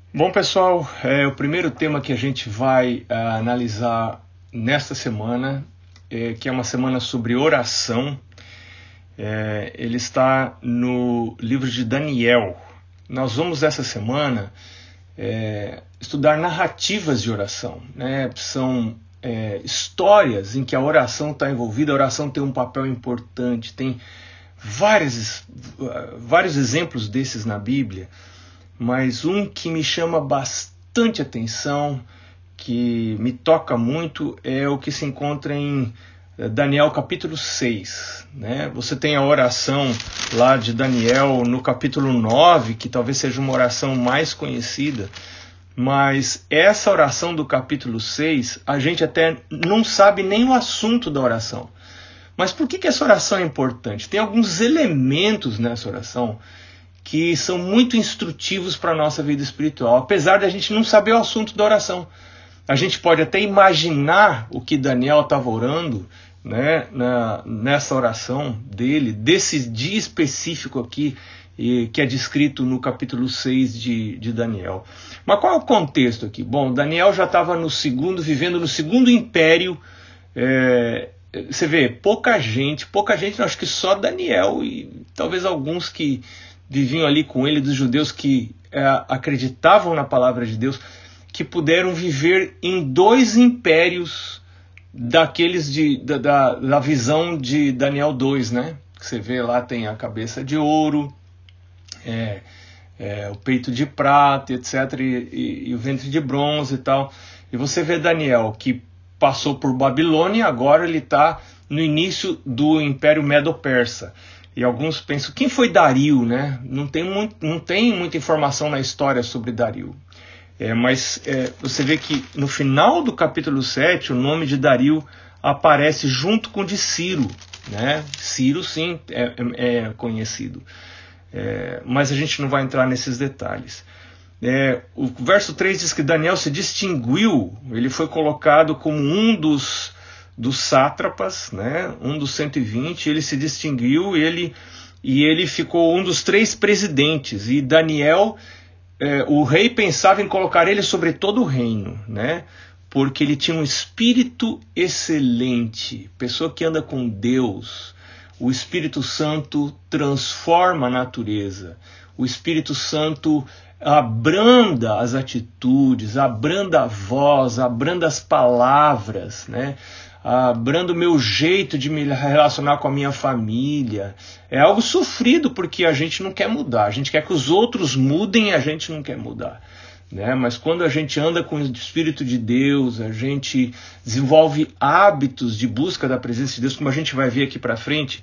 Bom, pessoal, o primeiro tema que a gente vai analisar nesta semana, que é uma semana sobre oração, ele está no livro de Daniel. Nós vamos essa semana estudar narrativas de oração, né? São histórias em que a oração está envolvida, a oração tem um papel importante, tem vários exemplos desses na Bíblia. Mas um que me chama bastante atenção, que me toca muito, é o que se encontra em Daniel capítulo 6. Né? Você tem a oração lá de Daniel no capítulo 9, que talvez seja uma oração mais conhecida, mas essa oração do capítulo 6, a gente até não sabe nem o assunto da oração. Mas por que essa oração é importante? Tem alguns elementos nessa oração que são muito instrutivos para a nossa vida espiritual, apesar de a gente não saber o assunto da oração. A gente pode até imaginar o que Daniel estava orando, né, nessa oração dele, desse dia específico aqui, que é descrito no capítulo 6 de Daniel. Mas qual é o contexto aqui? Bom, Daniel já estava vivendo no segundo império. Você vê, pouca gente, acho que só Daniel e talvez alguns que viviam ali com ele, dos judeus que acreditavam na palavra de Deus, que puderam viver em dois impérios daqueles da visão de Daniel 2, né? Que você vê lá, tem a cabeça de ouro, o peito de prata, etc., e o ventre de bronze e tal. E você vê Daniel, que passou por Babilônia e agora ele está no início do Império Medo-Persa. E alguns pensam, quem foi Dario, né? Não tem muita informação na história sobre Dario. Mas você vê que no final do capítulo 7, o nome de Dario aparece junto com o de Ciro. Né? Ciro, sim, é conhecido. Mas a gente não vai entrar nesses detalhes. O verso 3 diz que Daniel se distinguiu, ele foi colocado como um dos sátrapas, né? Um dos 120, ele se distinguiu e ele ficou um dos 3 presidentes. E Daniel, o rei pensava em colocar ele sobre todo o reino, né? Porque ele tinha um espírito excelente, pessoa que anda com Deus. O Espírito Santo transforma a natureza. O Espírito Santo abranda as atitudes, abranda a voz, abranda as palavras, né? Abranda o meu jeito de me relacionar com a minha família. É algo sofrido porque a gente não quer mudar. A gente quer que os outros mudem e a gente não quer mudar. Né? Mas quando a gente anda com o Espírito de Deus, a gente desenvolve hábitos de busca da presença de Deus, como a gente vai ver aqui para frente,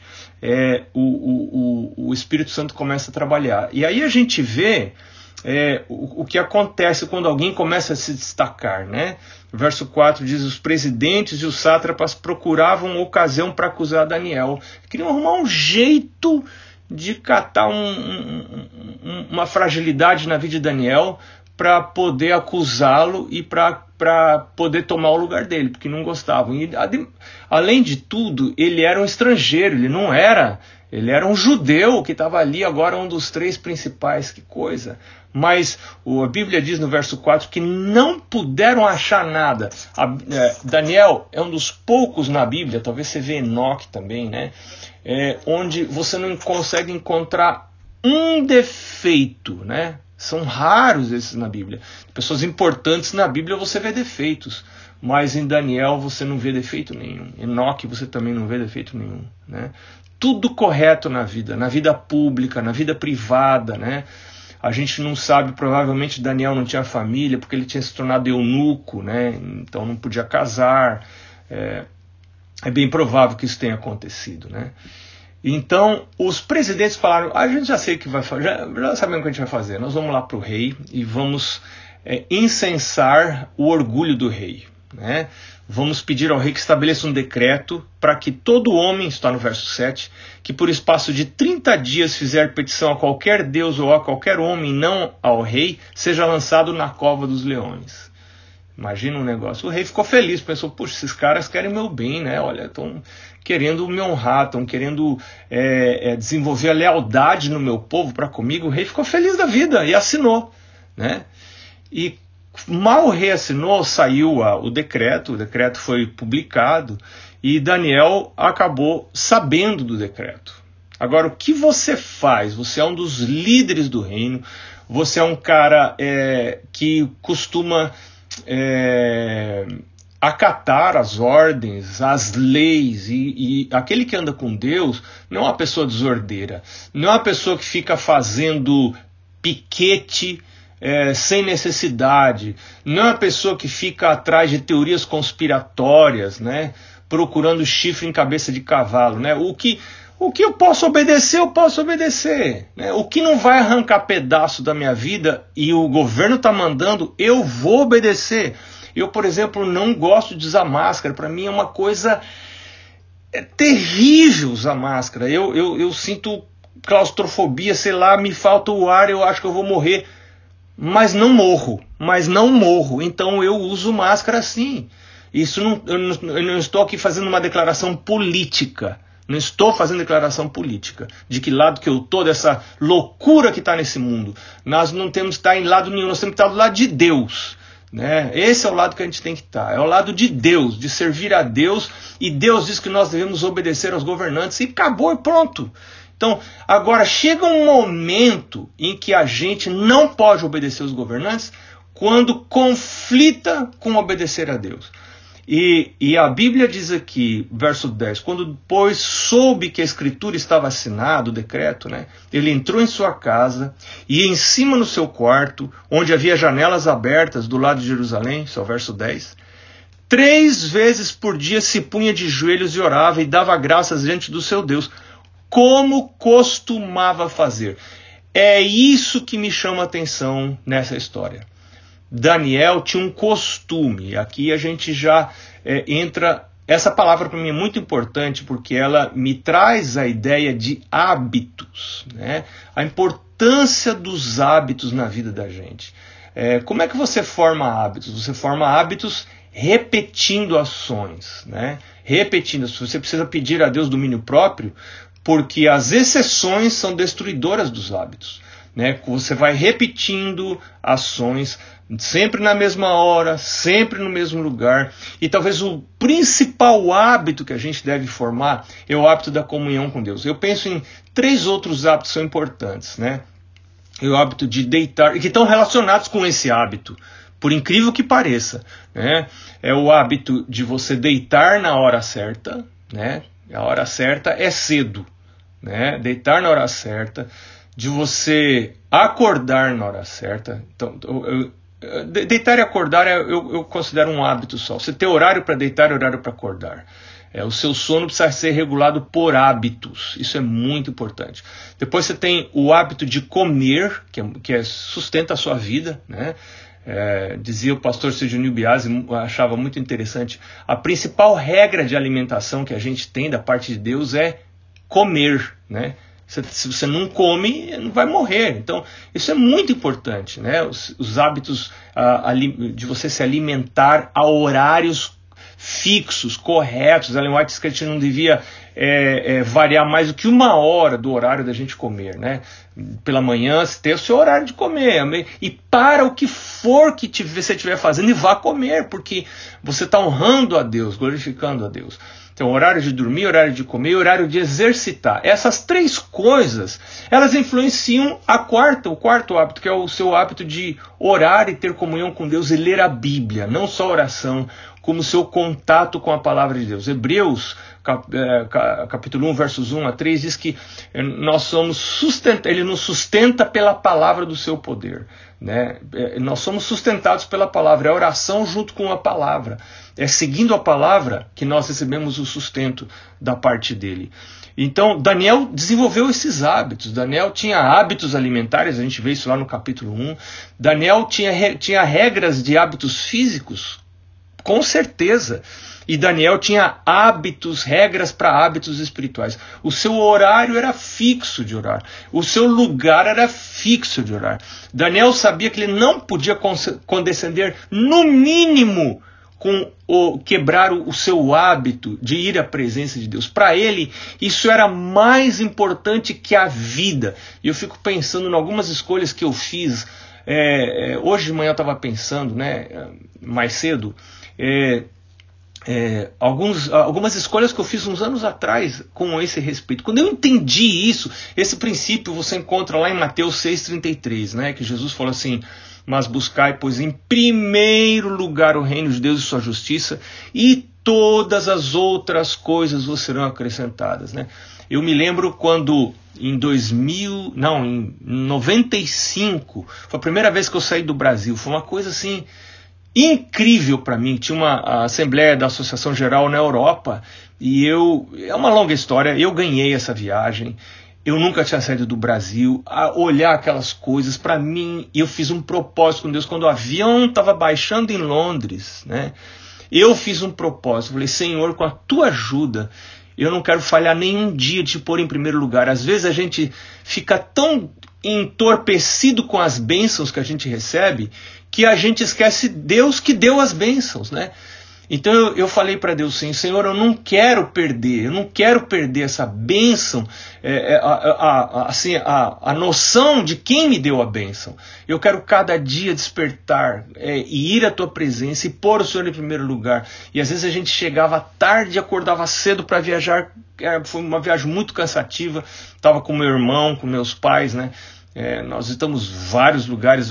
o Espírito Santo começa a trabalhar. E aí a gente vê o que acontece quando alguém começa a se destacar. Né? O verso 4 diz, os presidentes e os sátrapas procuravam ocasião para acusar Daniel. Queriam arrumar um jeito de catar uma fragilidade na vida de Daniel para poder acusá-lo e para poder tomar o lugar dele, porque não gostavam. E, além de tudo, ele era um estrangeiro, ele era um judeu que estava ali, agora um dos 3 principais, que coisa. Mas a Bíblia diz no verso 4 que não puderam achar nada. Daniel é um dos poucos na Bíblia, talvez você vê Enoque também, né? Onde você não consegue encontrar um defeito, né? São raros esses na Bíblia. Pessoas importantes na Bíblia você vê defeitos, mas em Daniel você não vê defeito nenhum. Enoque você também não vê defeito nenhum. Né? Tudo correto na vida pública, na vida privada. Né? A gente não sabe, provavelmente Daniel não tinha família, porque ele tinha se tornado eunuco, né? Então não podia casar. É bem provável que isso tenha acontecido. Né? Então, os presidentes falaram, a gente já sei o que vai fazer, já sabemos o que a gente vai fazer. Nós vamos lá para o rei e vamos incensar o orgulho do rei. Né? Vamos pedir ao rei que estabeleça um decreto para que todo homem, está no verso 7, que por espaço de 30 dias fizer petição a qualquer deus ou a qualquer homem, não ao rei, seja lançado na cova dos leões. Imagina um negócio. O rei ficou feliz, pensou, puxa, esses caras querem meu bem, né? Olha, estão querendo me honrar, estão querendo desenvolver a lealdade no meu povo para comigo. O rei ficou feliz da vida e assinou, né? E mal reassinou, saiu o decreto foi publicado e Daniel acabou sabendo do decreto. Agora, o que você faz? Você é um dos líderes do reino, você é um cara que costuma acatar as ordens, as leis, e aquele que anda com Deus não é uma pessoa desordeira, não é uma pessoa que fica fazendo piquete sem necessidade, não é uma pessoa que fica atrás de teorias conspiratórias, né, procurando chifre em cabeça de cavalo, né? O que eu posso obedecer, né? O que não vai arrancar pedaço da minha vida e o governo está mandando, eu vou obedecer. Eu, por exemplo, não gosto de usar máscara. Para mim é uma coisa terrível usar máscara. Eu sinto claustrofobia, sei lá, me falta o ar, eu acho que eu vou morrer. Mas não morro. Então eu uso máscara sim. Eu não estou aqui fazendo uma declaração política. Não estou fazendo declaração política. De que lado que eu estou, dessa loucura que está nesse mundo. Nós não temos que estar em lado nenhum, nós temos que estar do lado de Deus. Né? Esse é o lado que a gente tem que estar, é o lado de Deus, de servir a Deus, e Deus diz que nós devemos obedecer aos governantes, e acabou e pronto. Então, agora chega um momento em que a gente não pode obedecer aos governantes quando conflita com obedecer a Deus. E a Bíblia diz aqui, verso 10, quando pois soube que a escritura estava assinada, o decreto, né, ele entrou em sua casa e em cima no seu quarto, onde havia janelas abertas do lado de Jerusalém, isso é o verso 10, 3 vezes por dia se punha de joelhos e orava e dava graças diante do seu Deus, como costumava fazer. É isso que me chama a atenção nessa história. Daniel tinha um costume, aqui a gente já entra, essa palavra para mim é muito importante porque ela me traz a ideia de hábitos, né? A importância dos hábitos na vida da gente. Como é que você forma hábitos? Você forma hábitos repetindo ações, né? Repetindo, você precisa pedir a Deus domínio próprio, porque as exceções são destruidoras dos hábitos. Né? Você vai repetindo ações, sempre na mesma hora, sempre no mesmo lugar. E talvez o principal hábito que a gente deve formar é o hábito da comunhão com Deus. Eu penso em 3 outros hábitos que são importantes. Né? É o hábito de deitar, e que estão relacionados com esse hábito, por incrível que pareça. Né? É o hábito de você deitar na hora certa. Né? A hora certa é cedo. Né? Deitar na hora certa, de você acordar na hora certa. Então, deitar e acordar eu considero um hábito só. Você ter horário para deitar e horário para acordar. O seu sono precisa ser regulado por hábitos. Isso é muito importante. Depois você tem o hábito de comer, que sustenta a sua vida. Né? Dizia o pastor Sergio Biasi, achava muito interessante. A principal regra de alimentação que a gente tem da parte de Deus é comer, né? Se você não come, não vai morrer. Então, isso é muito importante, né? Os hábitos de você se alimentar a horários fixos, corretos. Ellen White diz que a gente não devia variar mais do que 1 hora do horário da gente comer, né? Pela manhã, você tem o seu horário de comer. E para o que for que você estiver fazendo, e vá comer, porque você está honrando a Deus, glorificando a Deus. Então, horário de dormir, horário de comer, horário de exercitar. Essas 3 coisas, elas influenciam o quarto hábito, que é o seu hábito de orar e ter comunhão com Deus e ler a Bíblia. Não só oração, como o seu contato com a palavra de Deus. Hebreus, capítulo 1, versos 1 a 3, diz que Ele nos sustenta pela palavra do seu poder. Né? Nós somos sustentados pela palavra, é a oração junto com a palavra. É seguindo a palavra que nós recebemos o sustento da parte dele. Então, Daniel desenvolveu esses hábitos. Daniel tinha hábitos alimentares, a gente vê isso lá no capítulo 1. Daniel tinha regras de hábitos físicos, com certeza. E Daniel tinha regras para hábitos espirituais. O seu horário era fixo de orar. O seu lugar era fixo de orar. Daniel sabia que ele não podia condescender, no mínimo, com quebrar o seu hábito de ir à presença de Deus. Para ele, isso era mais importante que a vida. E eu fico pensando em algumas escolhas que eu fiz Hoje de manhã eu estava pensando, né, mais cedo, algumas escolhas que eu fiz uns anos atrás com esse respeito. Quando eu entendi isso, esse princípio você encontra lá em Mateus 6,33, né, que Jesus falou assim: mas buscai, pois, em primeiro lugar o reino de Deus e sua justiça, e todas as outras coisas vos serão acrescentadas, né? Eu me lembro quando em 95, foi a primeira vez que eu saí do Brasil. Foi uma coisa assim incrível para mim. Tinha uma assembleia da Associação Geral na Europa e é uma longa história. Eu ganhei essa viagem. Eu nunca tinha saído do Brasil. A olhar aquelas coisas, para mim, eu fiz um propósito com Deus. Quando o avião estava baixando em Londres, né, eu fiz um propósito. Falei: Senhor, com a tua ajuda, eu não quero falhar nenhum dia de te pôr em primeiro lugar. Às vezes a gente fica tão entorpecido com as bênçãos que a gente recebe que a gente esquece Deus que deu as bênçãos, né? Então eu falei para Deus assim: Senhor, eu não quero perder essa bênção, a noção de quem me deu a bênção. Eu quero cada dia despertar e ir à tua presença e pôr o Senhor em primeiro lugar. E às vezes a gente chegava tarde e acordava cedo para viajar. Foi uma viagem muito cansativa. Estava com meu irmão, com meus pais, né? Nós visitamos vários lugares,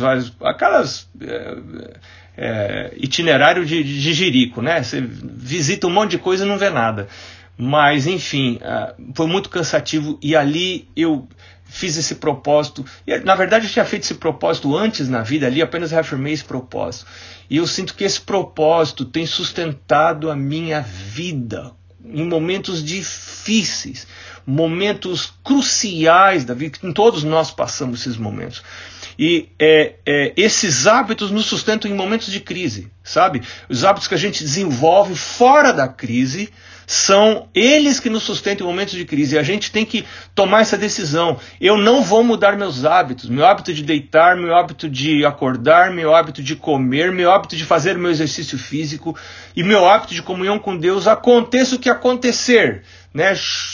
itinerário de Jerico, né? Você visita um monte de coisa e não vê nada. Mas, enfim, foi muito cansativo e ali eu fiz esse propósito. E, na verdade, eu tinha feito esse propósito antes na vida, ali apenas reafirmei esse propósito. E eu sinto que esse propósito tem sustentado a minha vida em momentos difíceis, momentos cruciais da vida, que todos nós passamos esses momentos. E esses hábitos nos sustentam em momentos de crise, sabe? Os hábitos que a gente desenvolve fora da crise são eles que nos sustentam em momentos de crise. E a gente tem que tomar essa decisão. Eu não vou mudar meus hábitos. Meu hábito de deitar, meu hábito de acordar, meu hábito de comer, meu hábito de fazer meu exercício físico e meu hábito de comunhão com Deus, aconteça o que acontecer, né?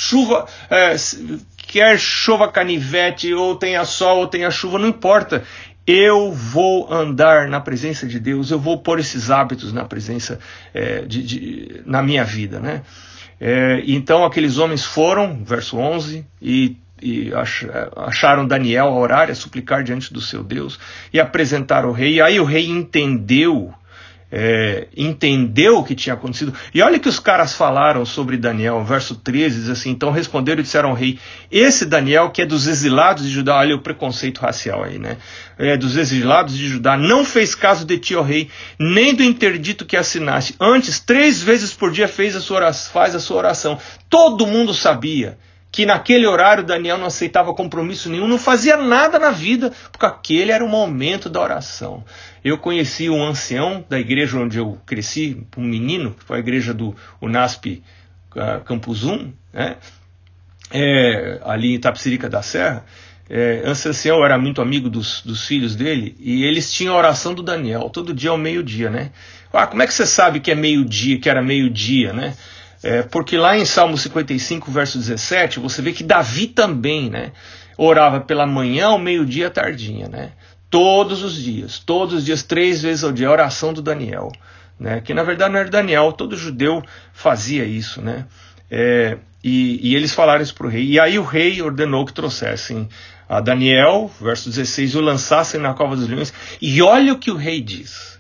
Quer chova canivete, ou tenha sol, ou tenha chuva, não importa. Eu vou andar na presença de Deus, eu vou pôr esses hábitos na presença, na minha vida, né? Então aqueles homens foram, verso 11, e acharam Daniel a orar, a suplicar diante do seu Deus, e apresentaram ao rei. E aí o rei entendeu o que tinha acontecido. E olha que os caras falaram sobre Daniel, verso 13, diz assim: então responderam e disseram ao rei: esse Daniel, que é dos exilados de Judá, olha o preconceito racial aí, né? Dos exilados de Judá, não fez caso de ti, ó rei, nem do interdito que assinaste. Antes, 3 vezes por dia faz a sua oração. Todo mundo sabia que naquele horário Daniel não aceitava compromisso nenhum, não fazia nada na vida, porque aquele era o momento da oração. Eu conheci um ancião da igreja onde eu cresci, um menino, que foi a igreja do UNASP Campus 1, né? Ali em Itapecerica da Serra. Esse ancião era muito amigo dos filhos dele, e eles tinham a oração do Daniel, todo dia ao meio-dia, né? Como é que você sabe que é meio-dia, que era meio-dia, né? Porque lá em Salmo 55, verso 17, você vê que Davi também, né, orava pela manhã, ao meio-dia, à tardinha, né? Todos os dias, 3 vezes ao dia, a oração do Daniel, né? Que na verdade não era Daniel, todo judeu fazia isso, né? E eles falaram isso para o rei. E aí o rei ordenou que trouxessem a Daniel, verso 16, o lançassem na cova dos leões. E olha o que o rei diz.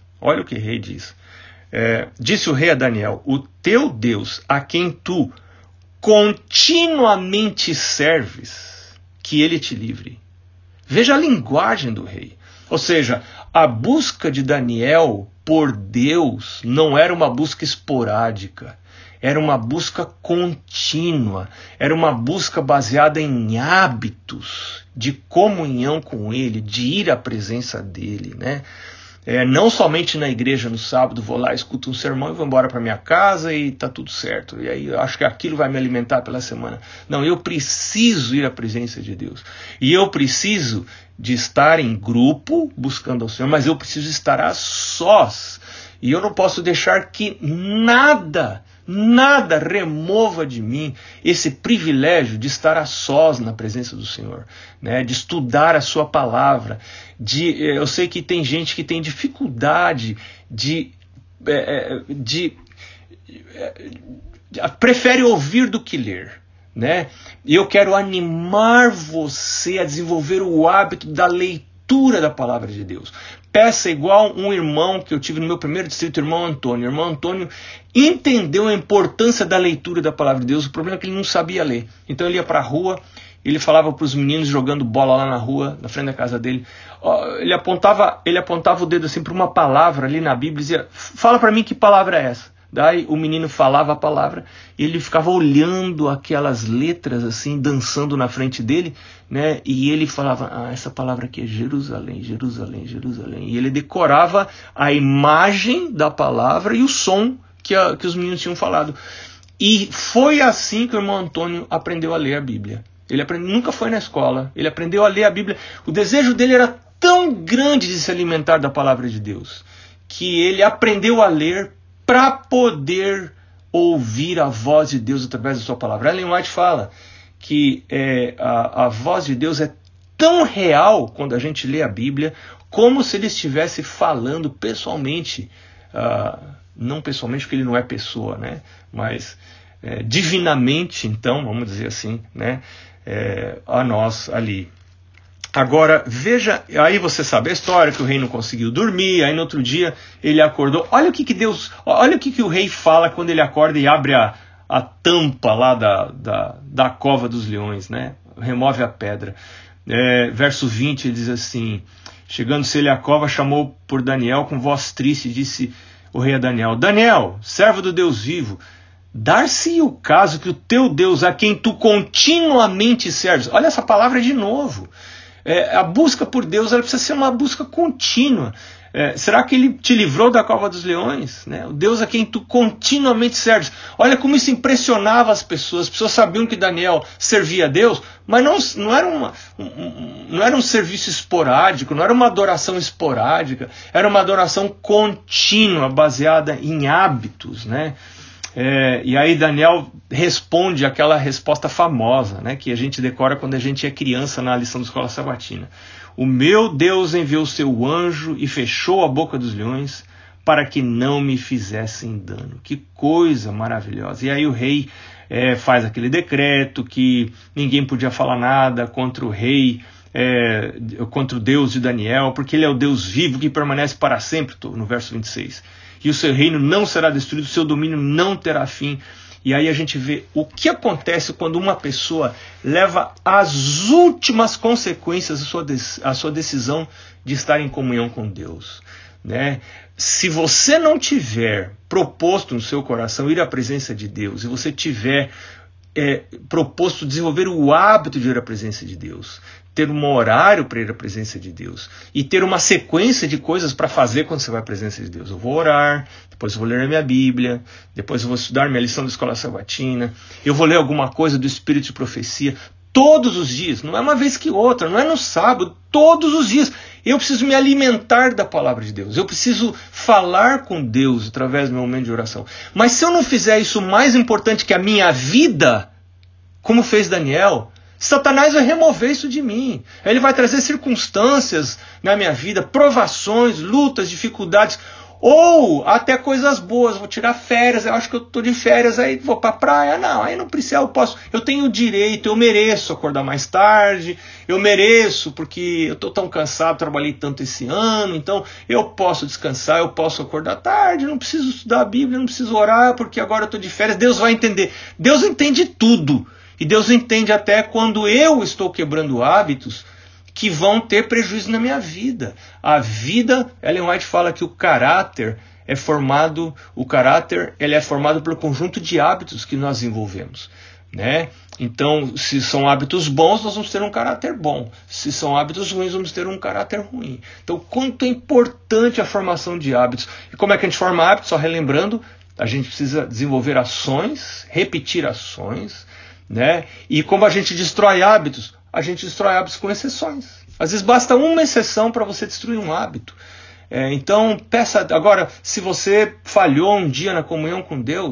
Disse o rei a Daniel: o teu Deus, a quem tu continuamente serves, que ele te livre. Veja a linguagem do rei. Ou seja, a busca de Daniel por Deus não era uma busca esporádica, era uma busca contínua, era uma busca baseada em hábitos de comunhão com ele, de ir à presença dele, né? Não somente na igreja no sábado, vou lá, escuto um sermão e vou embora para minha casa e está tudo certo. E aí eu acho que aquilo vai me alimentar pela semana. Não, eu preciso ir à presença de Deus. E eu preciso de estar em grupo buscando ao Senhor, mas eu preciso estar a sós. E eu não posso deixar que nada Nada remova de mim esse privilégio de estar a sós na presença do Senhor, né? De estudar a sua palavra. Eu sei que tem gente que tem dificuldade prefere ouvir do que ler, né? E eu quero animar você a desenvolver o hábito da leitura da palavra de Deus. Peça igual um irmão que eu tive no meu primeiro distrito, o irmão Antônio. O irmão Antônio entendeu a importância da leitura da palavra de Deus. O problema é que ele não sabia ler. Então ele ia para a rua, ele falava para os meninos jogando bola lá na rua, na frente da casa dele. Ele apontava o dedo assim para uma palavra ali na Bíblia e dizia: fala para mim que palavra é essa. Daí o menino falava a palavra, ele ficava olhando aquelas letras assim, dançando na frente dele, né? E ele falava: essa palavra aqui é Jerusalém, Jerusalém, Jerusalém. E ele decorava a imagem da palavra e o som que os meninos tinham falado. E foi assim que o irmão Antônio aprendeu a ler a Bíblia. Ele nunca foi na escola, ele aprendeu a ler a Bíblia. O desejo dele era tão grande de se alimentar da palavra de Deus, que ele aprendeu a ler para poder ouvir a voz de Deus através da sua palavra. Ellen White fala que a voz de Deus é tão real quando a gente lê a Bíblia, como se ele estivesse falando pessoalmente, não pessoalmente porque ele não é pessoa, né? Mas divinamente, então, vamos dizer assim, né? A nós ali. Agora, veja, aí você sabe a história, que o rei não conseguiu dormir, aí no outro dia ele acordou. Olha o que o rei fala quando ele acorda e abre a tampa lá da cova dos leões, né? Remove a pedra. Verso 20, ele diz assim: chegando-se ele à cova, chamou por Daniel com voz triste, e disse o rei a Daniel: Daniel, servo do Deus vivo, dar-se o caso que o teu Deus, a quem tu continuamente serves... Olha essa palavra de novo. A busca por Deus, ela precisa ser uma busca contínua. Será que ele te livrou da cova dos leões? Né? O Deus a quem tu continuamente serves. Olha como isso impressionava as pessoas. As pessoas sabiam que Daniel servia a Deus, mas não era um serviço esporádico, não era uma adoração esporádica, era uma adoração contínua, baseada em hábitos, né? E aí Daniel responde aquela resposta famosa, né, que a gente decora quando a gente é criança na lição da escola sabatina. O meu Deus enviou o seu anjo e fechou a boca dos leões para que não me fizessem dano. Que coisa maravilhosa. E aí o rei faz aquele decreto que ninguém podia falar nada contra o rei, contra o Deus de Daniel, porque ele é o Deus vivo que permanece para sempre, no verso 26. E o seu reino não será destruído, o seu domínio não terá fim. E aí a gente vê o que acontece quando uma pessoa leva às últimas consequências a sua decisão de estar em comunhão com Deus, né? Se você não tiver proposto no seu coração ir à presença de Deus, e você tiver proposto desenvolver o hábito de ir à presença de Deus, ter um horário para ir à presença de Deus e ter uma sequência de coisas para fazer quando você vai à presença de Deus. Eu vou orar, depois eu vou ler a minha Bíblia, depois eu vou estudar minha lição da escola sabatina, eu vou ler alguma coisa do Espírito de profecia, todos os dias, não é uma vez que outra, não é no sábado, todos os dias. Eu preciso me alimentar da palavra de Deus, eu preciso falar com Deus através do meu momento de oração. Mas se eu não fizer isso mais importante que a minha vida, como fez Daniel, Satanás vai remover isso de mim. Ele vai trazer circunstâncias na minha vida, provações, lutas, dificuldades, ou até coisas boas. Vou tirar férias, eu acho que eu estou de férias, aí vou para a praia. Não, aí não precisa, eu tenho o direito, eu mereço acordar mais tarde, eu mereço porque eu estou tão cansado, trabalhei tanto esse ano, então eu posso descansar, eu posso acordar tarde, não preciso estudar a Bíblia, não preciso orar porque agora eu estou de férias. Deus vai entender. Deus entende tudo. E Deus entende até quando eu estou quebrando hábitos que vão ter prejuízo na minha vida. A vida, Ellen White fala que o caráter é formado pelo conjunto de hábitos que nós desenvolvemos, né? Então, se são hábitos bons, nós vamos ter um caráter bom. Se são hábitos ruins, vamos ter um caráter ruim. Então, quanto é importante a formação de hábitos. E como é que a gente forma hábitos? Só relembrando, a gente precisa desenvolver ações, repetir ações, né? E como a gente destrói hábitos com exceções. Às vezes basta uma exceção para você destruir um hábito. Então, peça agora, se você falhou um dia na comunhão com Deus,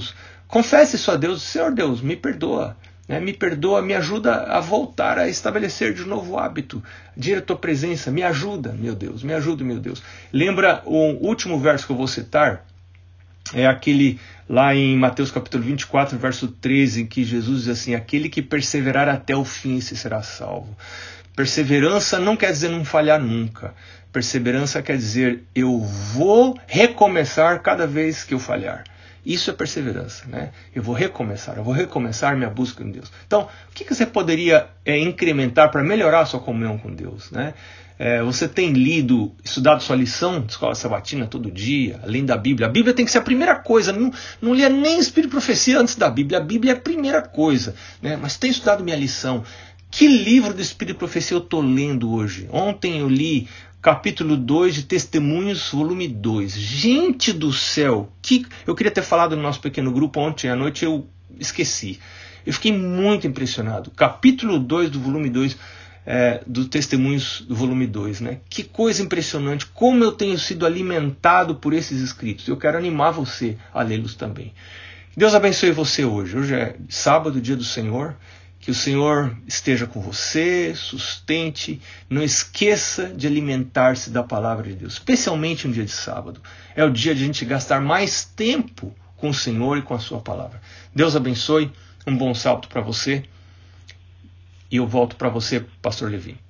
Confesse isso a Deus. Senhor Deus, me perdoa. Me perdoa, me ajuda a voltar a estabelecer de novo o hábito de ir à tua presença. Me ajuda, meu Deus, me ajuda, meu Deus. Lembra o último verso que eu vou citar? É aquele lá em Mateus capítulo 24, verso 13, em que Jesus diz assim: aquele que perseverar até o fim, esse será salvo. Perseverança não quer dizer não falhar nunca. Perseverança quer dizer eu vou recomeçar cada vez que eu falhar. Isso é perseverança, né? Eu vou recomeçar minha busca em Deus. Então, o que você poderia incrementar para melhorar a sua comunhão com Deus, né? Você tem estudado sua lição de escola sabatina todo dia, além da Bíblia. A Bíblia tem que ser a primeira coisa, não lia nem Espírito e Profecia antes da Bíblia. A Bíblia é a primeira coisa, né? Mas tenho estudado minha lição. Que livro do Espírito e Profecia eu estou lendo hoje? Ontem eu li capítulo 2 de Testemunhos, volume 2. Gente do céu! Eu queria ter falado no nosso pequeno grupo ontem à noite, eu esqueci. Eu fiquei muito impressionado. Capítulo 2 do volume 2, do Testemunhos do volume 2. Né? Que coisa impressionante! Como eu tenho sido alimentado por esses escritos. Eu quero animar você a lê-los também. Deus abençoe você hoje. Hoje é sábado, dia do Senhor. Que o Senhor esteja com você, sustente, não esqueça de alimentar-se da palavra de Deus, especialmente um dia de sábado. É o dia de a gente gastar mais tempo com o Senhor e com a sua palavra. Deus abençoe, um bom sábado para você e eu volto para você, Pastor Levi.